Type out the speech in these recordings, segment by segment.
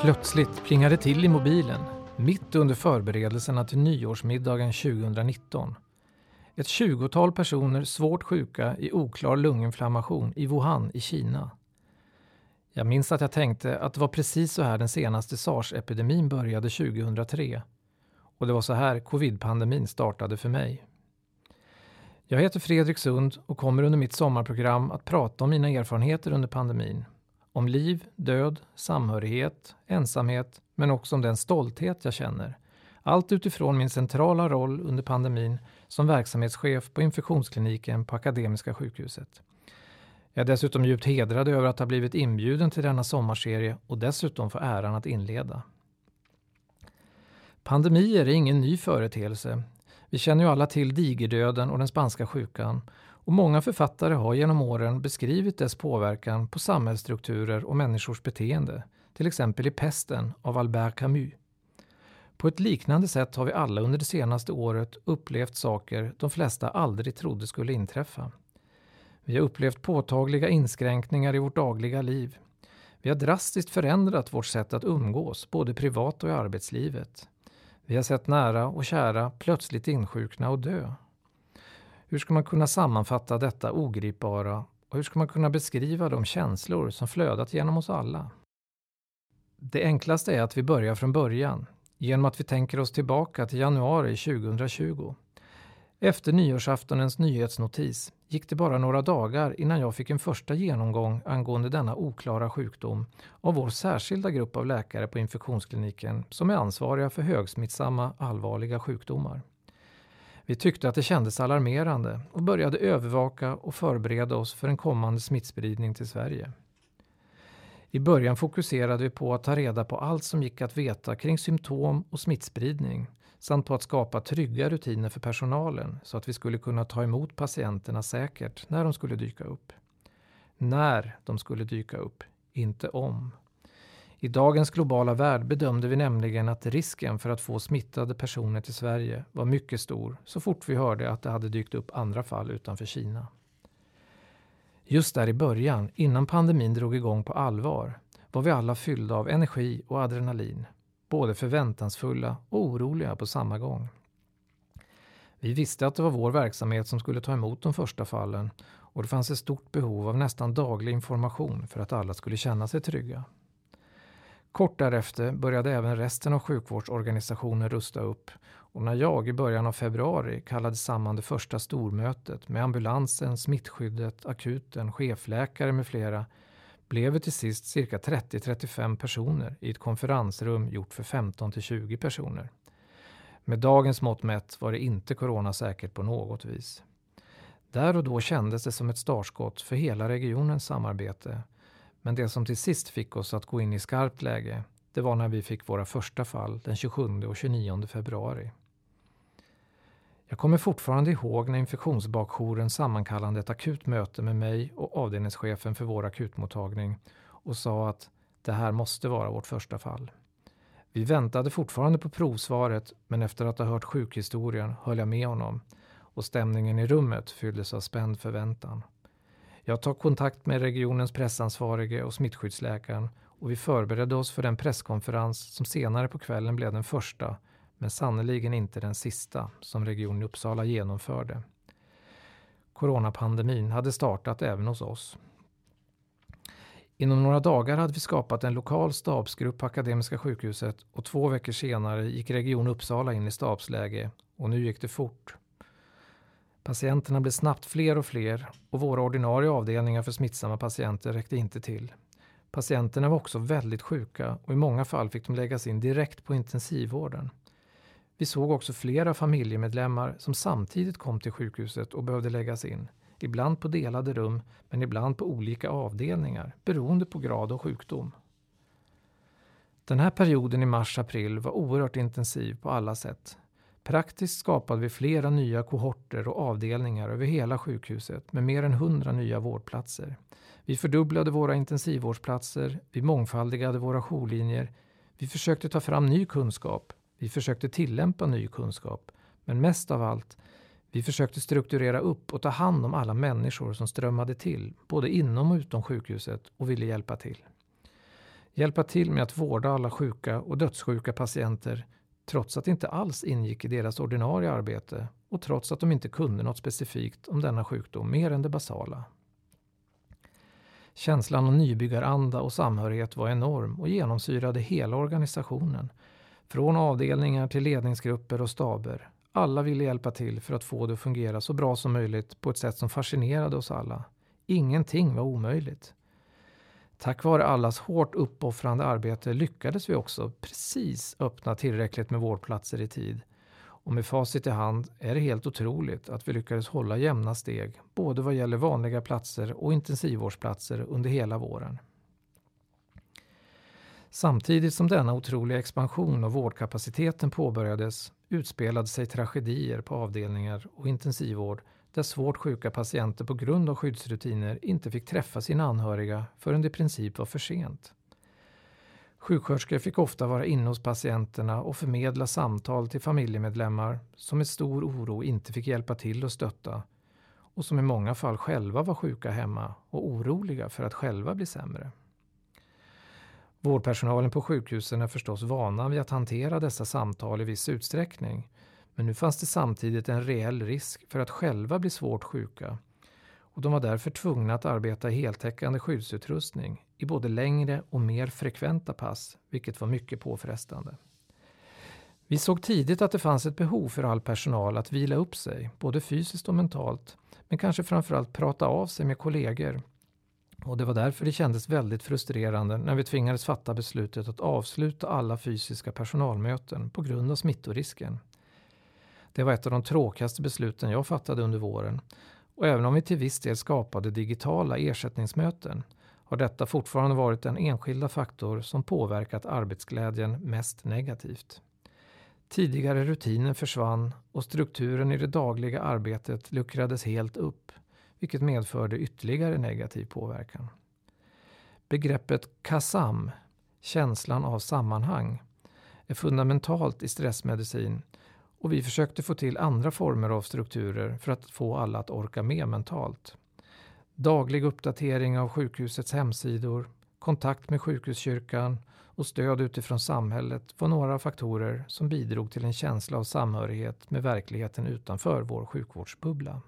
Plötsligt plingade till i mobilen, mitt under förberedelserna till nyårsmiddagen 2019. Ett 20-tal personer svårt sjuka i oklar lunginflammation i Wuhan i Kina. Jag minns att jag tänkte att det var precis så här den senaste SARS-epidemin började 2003. Och det var så här covid-pandemin startade för mig. Jag heter Fredrik Sund och kommer under mitt sommarprogram att prata om mina erfarenheter under pandemin. Om liv, död, samhörighet, ensamhet, men också om den stolthet jag känner. Allt utifrån min centrala roll under pandemin som verksamhetschef på infektionskliniken på Akademiska sjukhuset. Jag är dessutom djupt hedrad över att ha blivit inbjuden till denna sommarserie och dessutom få äran att inleda. Pandemier är ingen ny företeelse. Vi känner ju alla till digerdöden och den spanska sjukan. Och många författare har genom åren beskrivit dess påverkan på samhällsstrukturer och människors beteende. Till exempel i Pesten av Albert Camus. På ett liknande sätt har vi alla under det senaste året upplevt saker de flesta aldrig trodde skulle inträffa. Vi har upplevt påtagliga inskränkningar i vårt dagliga liv. Vi har drastiskt förändrat vårt sätt att umgås, både privat och i arbetslivet. Vi har sett nära och kära plötsligt insjukna och dö. Hur ska man kunna sammanfatta detta ogripbara och hur ska man kunna beskriva de känslor som flödat genom oss alla? Det enklaste är att vi börjar från början, genom att vi tänker oss tillbaka till januari 2020. Efter nyårsaftonens nyhetsnotis gick det bara några dagar innan jag fick en första genomgång angående denna oklara sjukdom av vår särskilda grupp av läkare på infektionskliniken som är ansvariga för högsmittsamma allvarliga sjukdomar. Vi tyckte att det kändes alarmerande och började övervaka och förbereda oss för en kommande smittspridning till Sverige. I början fokuserade vi på att ta reda på allt som gick att veta kring symptom och smittspridning samt på att skapa trygga rutiner för personalen så att vi skulle kunna ta emot patienterna säkert när de skulle dyka upp. När de skulle dyka upp, inte om. I dagens globala värld bedömde vi nämligen att risken för att få smittade personer till Sverige var mycket stor så fort vi hörde att det hade dykt upp andra fall utanför Kina. Just där i början, innan pandemin drog igång på allvar, var vi alla fyllda av energi och adrenalin. Både förväntansfulla och oroliga på samma gång. Vi visste att det var vår verksamhet som skulle ta emot de första fallen och det fanns ett stort behov av nästan daglig information för att alla skulle känna sig trygga. Kort därefter började även resten av sjukvårdsorganisationen rusta upp och när jag i början av februari kallade samman det första stormötet med ambulansen, smittskyddet, akuten, chefläkare med flera blev det till sist cirka 30-35 personer i ett konferensrum gjort för 15-20 personer. Med dagens mått mätt var det inte coronasäkert på något vis. Där och då kändes det som ett startskott för hela regionens samarbete. Men det som till sist fick oss att gå in i skarpt läge, det var när vi fick våra första fall den 27 och 29 februari. Jag kommer fortfarande ihåg när infektionsbakjouren sammankallade ett akut möte med mig och avdelningschefen för vår akutmottagning och sa att det här måste vara vårt första fall. Vi väntade fortfarande på provsvaret men efter att ha hört sjukhistorien höll jag med honom och stämningen i rummet fylldes av spänd förväntan. Jag tog kontakt med regionens pressansvarige och smittskyddsläkaren och vi förberedde oss för den presskonferens som senare på kvällen blev den första men sannoliken inte den sista som regionen Uppsala genomförde. Coronapandemin hade startat även hos oss. Inom några dagar hade vi skapat en lokal stabsgrupp på Akademiska sjukhuset och 2 veckor senare gick region Uppsala in i stabsläge och nu gick det fort. Patienterna blev snabbt fler och fler och våra ordinarie avdelningar för smittsamma patienter räckte inte till. Patienterna var också väldigt sjuka och i många fall fick de läggas in direkt på intensivvården. Vi såg också flera familjemedlemmar som samtidigt kom till sjukhuset och behövde läggas in. Ibland på delade rum men ibland på olika avdelningar beroende på grad av sjukdom. Den här perioden i mars-april var oerhört intensiv på alla sätt. Praktiskt skapade vi flera nya kohorter och avdelningar över hela sjukhuset med mer än 100 nya vårdplatser. Vi fördubblade våra intensivvårdsplatser, vi mångfaldigade våra jourlinjer, vi försökte ta fram ny kunskap, vi försökte tillämpa ny kunskap, men mest av allt, vi försökte strukturera upp och ta hand om alla människor som strömmade till, både inom och utom sjukhuset och ville hjälpa till. Hjälpa till med att vårda alla sjuka och dödssjuka patienter trots att det inte alls ingick i deras ordinarie arbete och trots att de inte kunde något specifikt om denna sjukdom mer än det basala. Känslan av nybyggaranda och samhörighet var enorm och genomsyrade hela organisationen. Från avdelningar till ledningsgrupper och staber. Alla ville hjälpa till för att få det att fungera så bra som möjligt på ett sätt som fascinerade oss alla. Ingenting var omöjligt. Tack vare allas hårt uppoffrande arbete lyckades vi också precis öppna tillräckligt med vårdplatser i tid. Och med facit i hand är det helt otroligt att vi lyckades hålla jämna steg både vad gäller vanliga platser och intensivvårdsplatser under hela våren. Samtidigt som denna otroliga expansion av vårdkapaciteten påbörjades utspelade sig tragedier på avdelningar och intensivvård där svårt sjuka patienter på grund av skyddsrutiner inte fick träffa sina anhöriga förrän det i princip var för sent. Sjuksköterskor fick ofta vara inne hos patienterna och förmedla samtal till familjemedlemmar som med stor oro inte fick hjälpa till och stötta och som i många fall själva var sjuka hemma och oroliga för att själva bli sämre. Vårdpersonalen på sjukhusen är förstås vana vid att hantera dessa samtal i viss utsträckning, men nu fanns det samtidigt en reell risk för att själva bli svårt sjuka och de var därför tvungna att arbeta i heltäckande skyddsutrustning i både längre och mer frekventa pass, vilket var mycket påfrestande. Vi såg tidigt att det fanns ett behov för all personal att vila upp sig, både fysiskt och mentalt, men kanske framförallt prata av sig med kollegor. Och det var därför det kändes väldigt frustrerande när vi tvingades fatta beslutet att avsluta alla fysiska personalmöten på grund av smittorisken. Det var ett av de tråkigaste besluten jag fattade under våren. Och även om vi till viss del skapade digitala ersättningsmöten har detta fortfarande varit den enskilda faktor som påverkat arbetsglädjen mest negativt. Tidigare rutiner försvann och strukturen i det dagliga arbetet luckrades helt upp, vilket medförde ytterligare negativ påverkan. Begreppet KASAM, känslan av sammanhang, är fundamentalt i stressmedicin och vi försökte få till andra former av strukturer för att få alla att orka med mentalt. Daglig uppdatering av sjukhusets hemsidor, kontakt med sjukhuskyrkan och stöd utifrån samhället var några faktorer som bidrog till en känsla av samhörighet med verkligheten utanför vår sjukvårdsbubbla.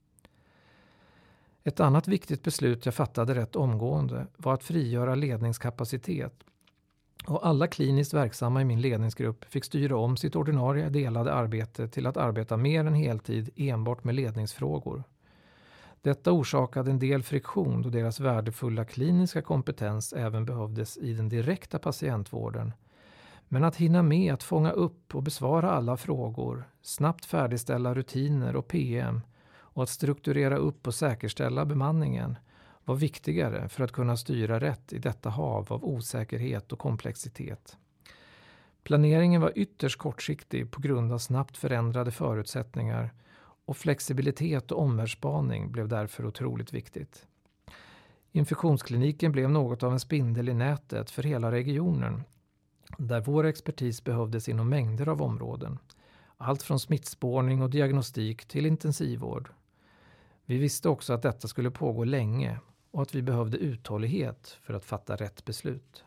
Ett annat viktigt beslut jag fattade rätt omgående var att frigöra ledningskapacitet. Och alla kliniskt verksamma i min ledningsgrupp fick styra om sitt ordinarie delade arbete till att arbeta mer än heltid enbart med ledningsfrågor. Detta orsakade en del friktion då deras värdefulla kliniska kompetens även behövdes i den direkta patientvården. Men att hinna med att fånga upp och besvara alla frågor, snabbt färdigställa rutiner och PM och att strukturera upp och säkerställa bemanningen var viktigare för att kunna styra rätt i detta hav av osäkerhet och komplexitet. Planeringen var ytterst kortsiktig på grund av snabbt förändrade förutsättningar och flexibilitet och omvärldsspaning blev därför otroligt viktigt. Infektionskliniken blev något av en spindel i nätet för hela regionen där vår expertis behövdes inom mängder av områden. Allt från smittspårning och diagnostik till intensivvård. Vi visste också att detta skulle pågå länge och att vi behövde uthållighet för att fatta rätt beslut.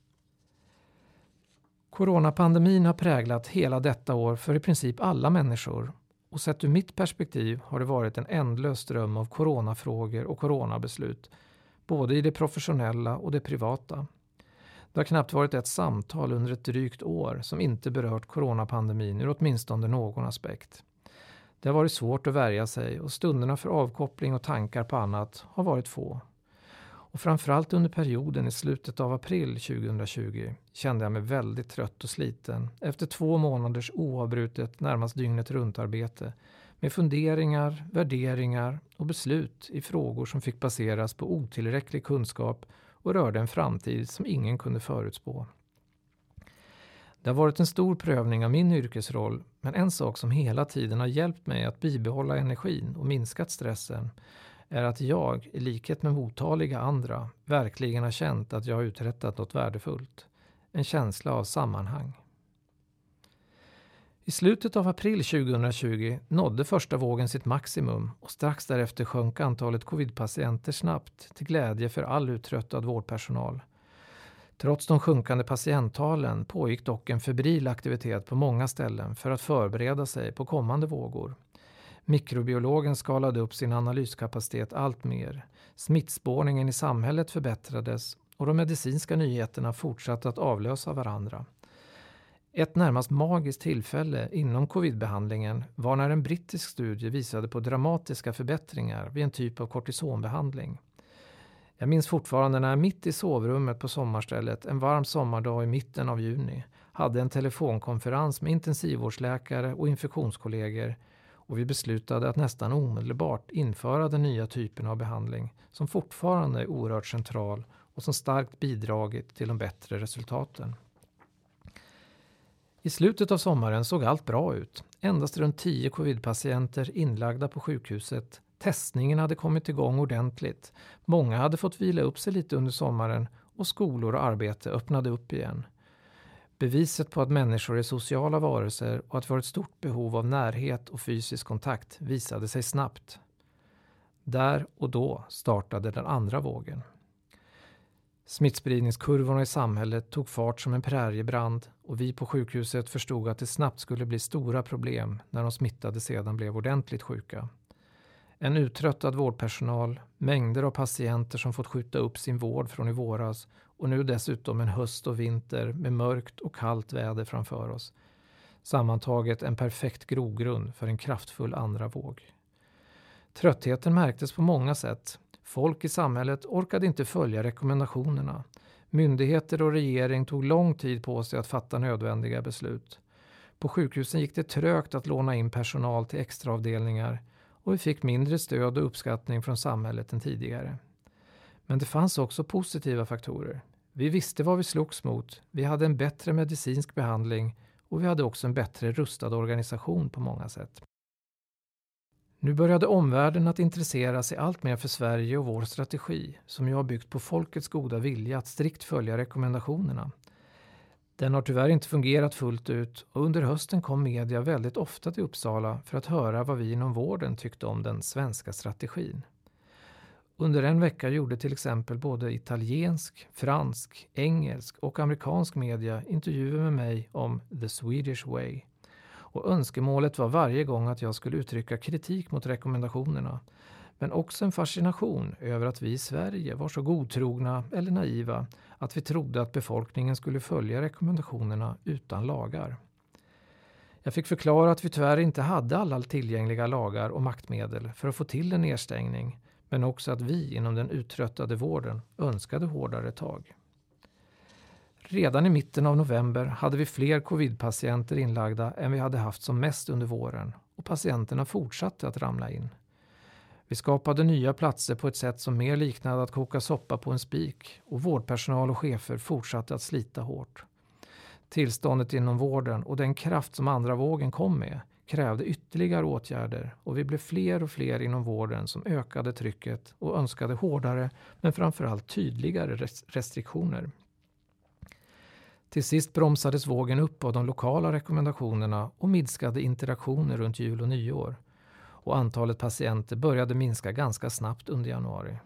Coronapandemin har präglat hela detta år för i princip alla människor och sett ur mitt perspektiv har det varit en ändlös ström av coronafrågor och coronabeslut, både i det professionella och det privata. Det har knappt varit ett samtal under ett drygt år som inte berört coronapandemin ur åtminstone någon aspekt. Det har varit svårt att värja sig och stunderna för avkoppling och tankar på annat har varit få. Och framförallt under perioden i slutet av april 2020 kände jag mig väldigt trött och sliten efter 2 månaders oavbrutet närmast dygnet runt arbete med funderingar, värderingar och beslut i frågor som fick baseras på otillräcklig kunskap och rörde en framtid som ingen kunde förutspå. Det har varit en stor prövning av min yrkesroll, men en sak som hela tiden har hjälpt mig att bibehålla energin och minskat stressen är att jag, i likhet med otaliga andra, verkligen har känt att jag har uträttat något värdefullt. En känsla av sammanhang. I slutet av april 2020 nådde första vågen sitt maximum och strax därefter sjönk antalet covid-patienter snabbt till glädje för all uttröttad vårdpersonal. Trots de sjunkande patienttalen pågick dock en febril aktivitet på många ställen för att förbereda sig på kommande vågor. Mikrobiologen skalade upp sin analyskapacitet allt mer. Smittspårningen i samhället förbättrades och de medicinska nyheterna fortsatte att avlösa varandra. Ett närmast magiskt tillfälle inom covidbehandlingen var när en brittisk studie visade på dramatiska förbättringar vid en typ av kortisonbehandling. Jag minns fortfarande när jag mitt i sovrummet på sommarstället en varm sommardag i mitten av juni hade en telefonkonferens med intensivvårdsläkare och infektionskollegor och vi beslutade att nästan omedelbart införa den nya typen av behandling som fortfarande är oerhört central och som starkt bidragit till de bättre resultaten. I slutet av sommaren såg allt bra ut. Endast runt 10 covidpatienter inlagda på sjukhuset. Testningen hade kommit igång ordentligt. Många hade fått vila upp sig lite under sommaren och skolor och arbete öppnade upp igen. Beviset på att människor är sociala varelser och att vi har ett stort behov av närhet och fysisk kontakt visade sig snabbt. Där och då startade den andra vågen. Smittspridningskurvorna i samhället tog fart som en präriebrand och vi på sjukhuset förstod att det snabbt skulle bli stora problem när de smittade sedan blev ordentligt sjuka. En uttröttad vårdpersonal, mängder av patienter som fått skjuta upp sin vård från i våras och nu dessutom en höst och vinter med mörkt och kallt väder framför oss. Sammantaget en perfekt grogrund för en kraftfull andra våg. Tröttheten märktes på många sätt. Folk i samhället orkade inte följa rekommendationerna. Myndigheter och regering tog lång tid på sig att fatta nödvändiga beslut. På sjukhusen gick det trögt att låna in personal till extraavdelningar och vi fick mindre stöd och uppskattning från samhället än tidigare. Men det fanns också positiva faktorer. Vi visste vad vi slogs mot, vi hade en bättre medicinsk behandling och vi hade också en bättre rustad organisation på många sätt. Nu började omvärlden att intressera sig allt mer för Sverige och vår strategi som ju har byggt på folkets goda vilja att strikt följa rekommendationerna. Den har tyvärr inte fungerat fullt ut och under hösten kom media väldigt ofta till Uppsala för att höra vad vi inom vården tyckte om den svenska strategin. Under en vecka gjorde till exempel både italiensk, fransk, engelsk och amerikansk media intervjuer med mig om The Swedish Way. Och önskemålet var varje gång att jag skulle uttrycka kritik mot rekommendationerna. Men också en fascination över att vi i Sverige var så godtrogna eller naiva att vi trodde att befolkningen skulle följa rekommendationerna utan lagar. Jag fick förklara att vi tyvärr inte hade alla tillgängliga lagar och maktmedel för att få till en nedstängning, men också att vi inom den uttröttade vården önskade hårdare tag. Redan i mitten av november hade vi fler covidpatienter inlagda än vi hade haft som mest under våren och patienterna fortsatte att ramla in. Vi skapade nya platser på ett sätt som mer liknade att koka soppa på en spik och vårdpersonal och chefer fortsatte att slita hårt. Tillståndet inom vården och den kraft som andra vågen kom med krävde ytterligare åtgärder och vi blev fler och fler inom vården som ökade trycket och önskade hårdare men framförallt tydligare restriktioner. Till sist bromsades vågen upp av de lokala rekommendationerna och minskade interaktioner runt jul och nyår. Och antalet patienter började minska ganska snabbt under januari.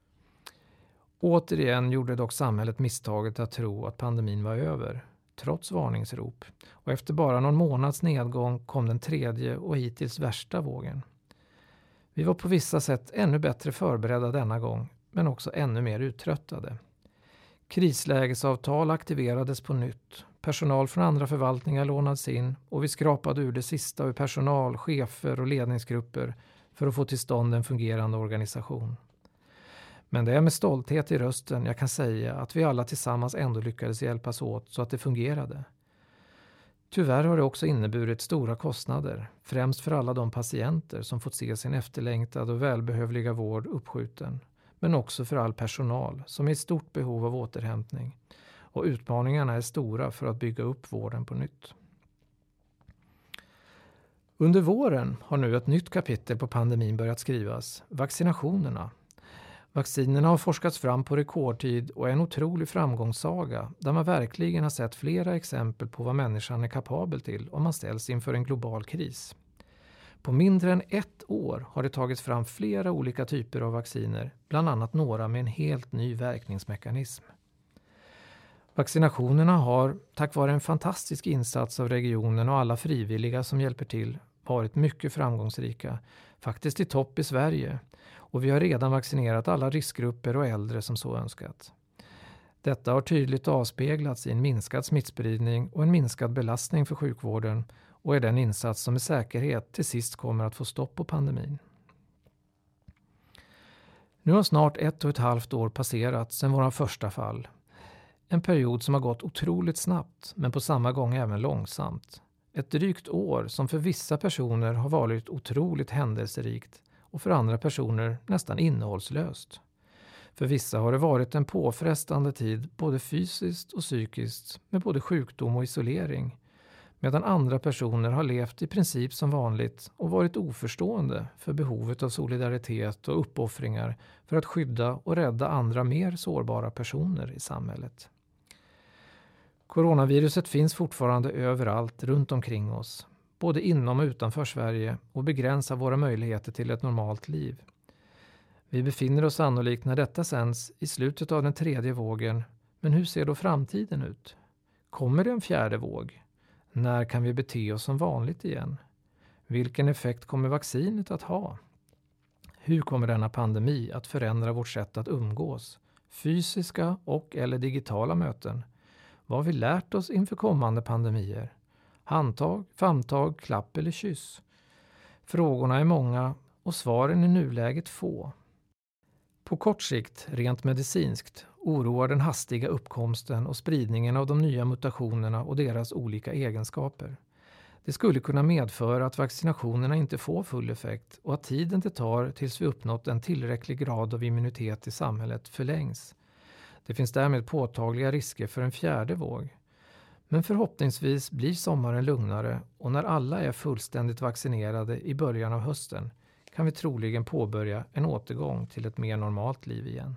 Återigen gjorde dock samhället misstaget att tro att pandemin var över, trots varningsrop. Och efter bara någon månads nedgång kom den tredje och hittills värsta vågen. Vi var på vissa sätt ännu bättre förberedda denna gång, men också ännu mer uttröttade. Krislägesavtal aktiverades på nytt. Personal från andra förvaltningar lånades in och vi skrapade ur det sista ur personal, chefer och ledningsgrupper för att få till stånd en fungerande organisation. Men det är med stolthet i rösten jag kan säga att vi alla tillsammans ändå lyckades hjälpas åt så att det fungerade. Tyvärr har det också inneburit stora kostnader, främst för alla de patienter som fått se sin efterlängtade och välbehövliga vård uppskjuten. Men också för all personal som är i stort behov av återhämtning. Och utmaningarna är stora för att bygga upp vården på nytt. Under våren har nu ett nytt kapitel på pandemin börjat skrivas. Vaccinationerna. Vaccinerna har forskats fram på rekordtid och är en otrolig framgångssaga där man verkligen har sett flera exempel på vad människan är kapabel till om man ställs inför en global kris. På mindre än 1 år har det tagits fram flera olika typer av vacciner, bland annat några med en helt ny verkningsmekanism. Vaccinationerna har, tack vare en fantastisk insats av regionen och alla frivilliga som hjälper till, varit mycket framgångsrika. Faktiskt i topp i Sverige. Och vi har redan vaccinerat alla riskgrupper och äldre som så önskat. Detta har tydligt avspeglats i en minskad smittspridning och en minskad belastning för sjukvården och är den insats som med säkerhet till sist kommer att få stopp på pandemin. Nu har snart 1,5 år passerat sedan våra första fall. En period som har gått otroligt snabbt men på samma gång även långsamt. Ett drygt år som för vissa personer har varit otroligt händelserikt och för andra personer nästan innehållslöst. För vissa har det varit en påfrestande tid både fysiskt och psykiskt med både sjukdom och isolering. Medan andra personer har levt i princip som vanligt och varit oförstående för behovet av solidaritet och uppoffringar för att skydda och rädda andra mer sårbara personer i samhället. Coronaviruset finns fortfarande överallt runt omkring oss, både inom och utanför Sverige och begränsar våra möjligheter till ett normalt liv. Vi befinner oss sannolikt när detta sänds i slutet av den 3:e vågen, men hur ser då framtiden ut? Kommer det en 4:e våg? När kan vi bete oss som vanligt igen? Vilken effekt kommer vaccinet att ha? Hur kommer denna pandemi att förändra vårt sätt att umgås? Fysiska och eller digitala möten? Vad har vi lärt oss inför kommande pandemier? Handtag, famntag, klapp eller kyss? Frågorna är många och svaren i nuläget få. På kort sikt, rent medicinskt, oroar den hastiga uppkomsten och spridningen av de nya mutationerna och deras olika egenskaper. Det skulle kunna medföra att vaccinationerna inte får full effekt och att tiden det tar tills vi uppnått en tillräcklig grad av immunitet i samhället förlängs. Det finns därmed påtagliga risker för en 4:e våg. Men förhoppningsvis blir sommaren lugnare och när alla är fullständigt vaccinerade i början av hösten kan vi troligen påbörja en återgång till ett mer normalt liv igen.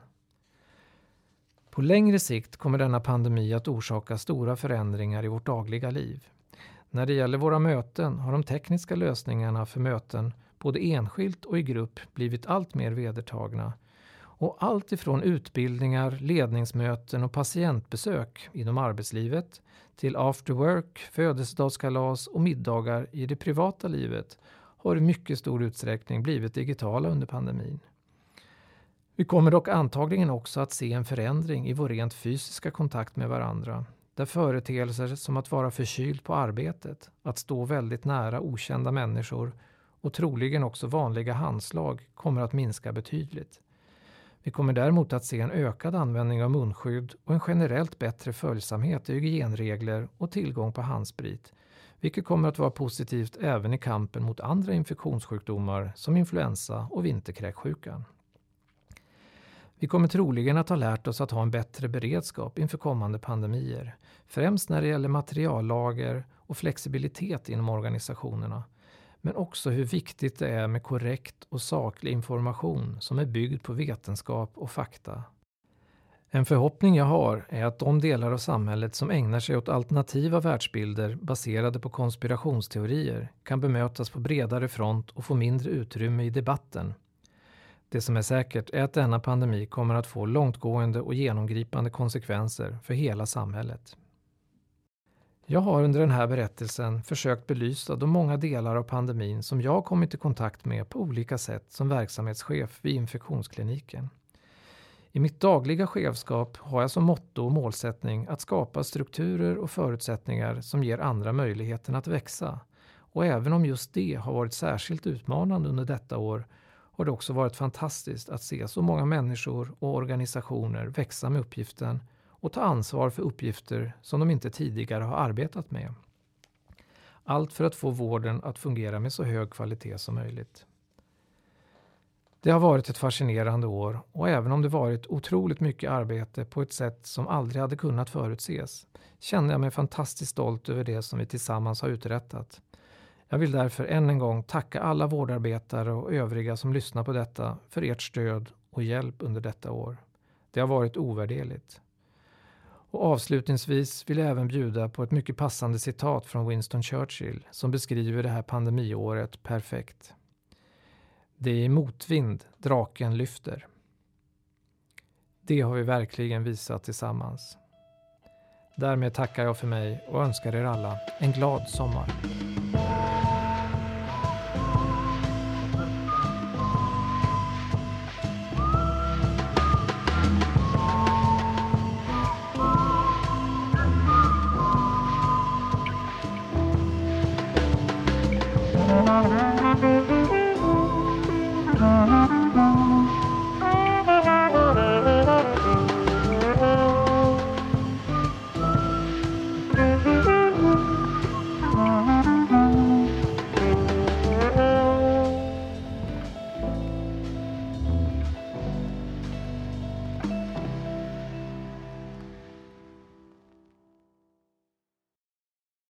På längre sikt kommer denna pandemi att orsaka stora förändringar i vårt dagliga liv. När det gäller våra möten har de tekniska lösningarna för möten både enskilt och i grupp blivit allt mer vedertagna. Och allt ifrån utbildningar, ledningsmöten och patientbesök inom arbetslivet till after work, födelsedagskalas och middagar i det privata livet har i mycket stor utsträckning blivit digitala under pandemin. Vi kommer dock antagligen också att se en förändring i vår rent fysiska kontakt med varandra, där företeelser som att vara förkyld på arbetet, att stå väldigt nära okända människor och troligen också vanliga handslag kommer att minska betydligt. Vi kommer däremot att se en ökad användning av munskydd och en generellt bättre följsamhet i hygienregler och tillgång på handsprit, vilket kommer att vara positivt även i kampen mot andra infektionssjukdomar som influensa och vinterkräksjukan. Vi kommer troligen att ha lärt oss att ha en bättre beredskap inför kommande pandemier, främst när det gäller materiallager och flexibilitet inom organisationerna, men också hur viktigt det är med korrekt och saklig information som är byggd på vetenskap och fakta. En förhoppning jag har är att de delar av samhället som ägnar sig åt alternativa världsbilder baserade på konspirationsteorier kan bemötas på bredare front och få mindre utrymme i debatten. Det som är säkert är att denna pandemi kommer att få långtgående och genomgripande konsekvenser för hela samhället. Jag har under den här berättelsen försökt belysa de många delar av pandemin som jag kommit i kontakt med på olika sätt som verksamhetschef vid infektionskliniken. I mitt dagliga chefskap har jag som motto och målsättning att skapa strukturer och förutsättningar som ger andra möjligheten att växa. Och även om just det har varit särskilt utmanande under detta år har det också varit fantastiskt att se så många människor och organisationer växa med uppgiften och ta ansvar för uppgifter som de inte tidigare har arbetat med. Allt för att få vården att fungera med så hög kvalitet som möjligt. Det har varit ett fascinerande år och även om det varit otroligt mycket arbete på ett sätt som aldrig hade kunnat förutses känner jag mig fantastiskt stolt över det som vi tillsammans har uträttat. Jag vill därför än en gång tacka alla vårdarbetare och övriga som lyssnar på detta för ert stöd och hjälp under detta år. Det har varit ovärderligt. Och avslutningsvis vill jag även bjuda på ett mycket passande citat från Winston Churchill som beskriver det här pandemiåret perfekt. Det är i motvind draken lyfter. Det har vi verkligen visat tillsammans. Därmed tackar jag för mig och önskar er alla en glad sommar.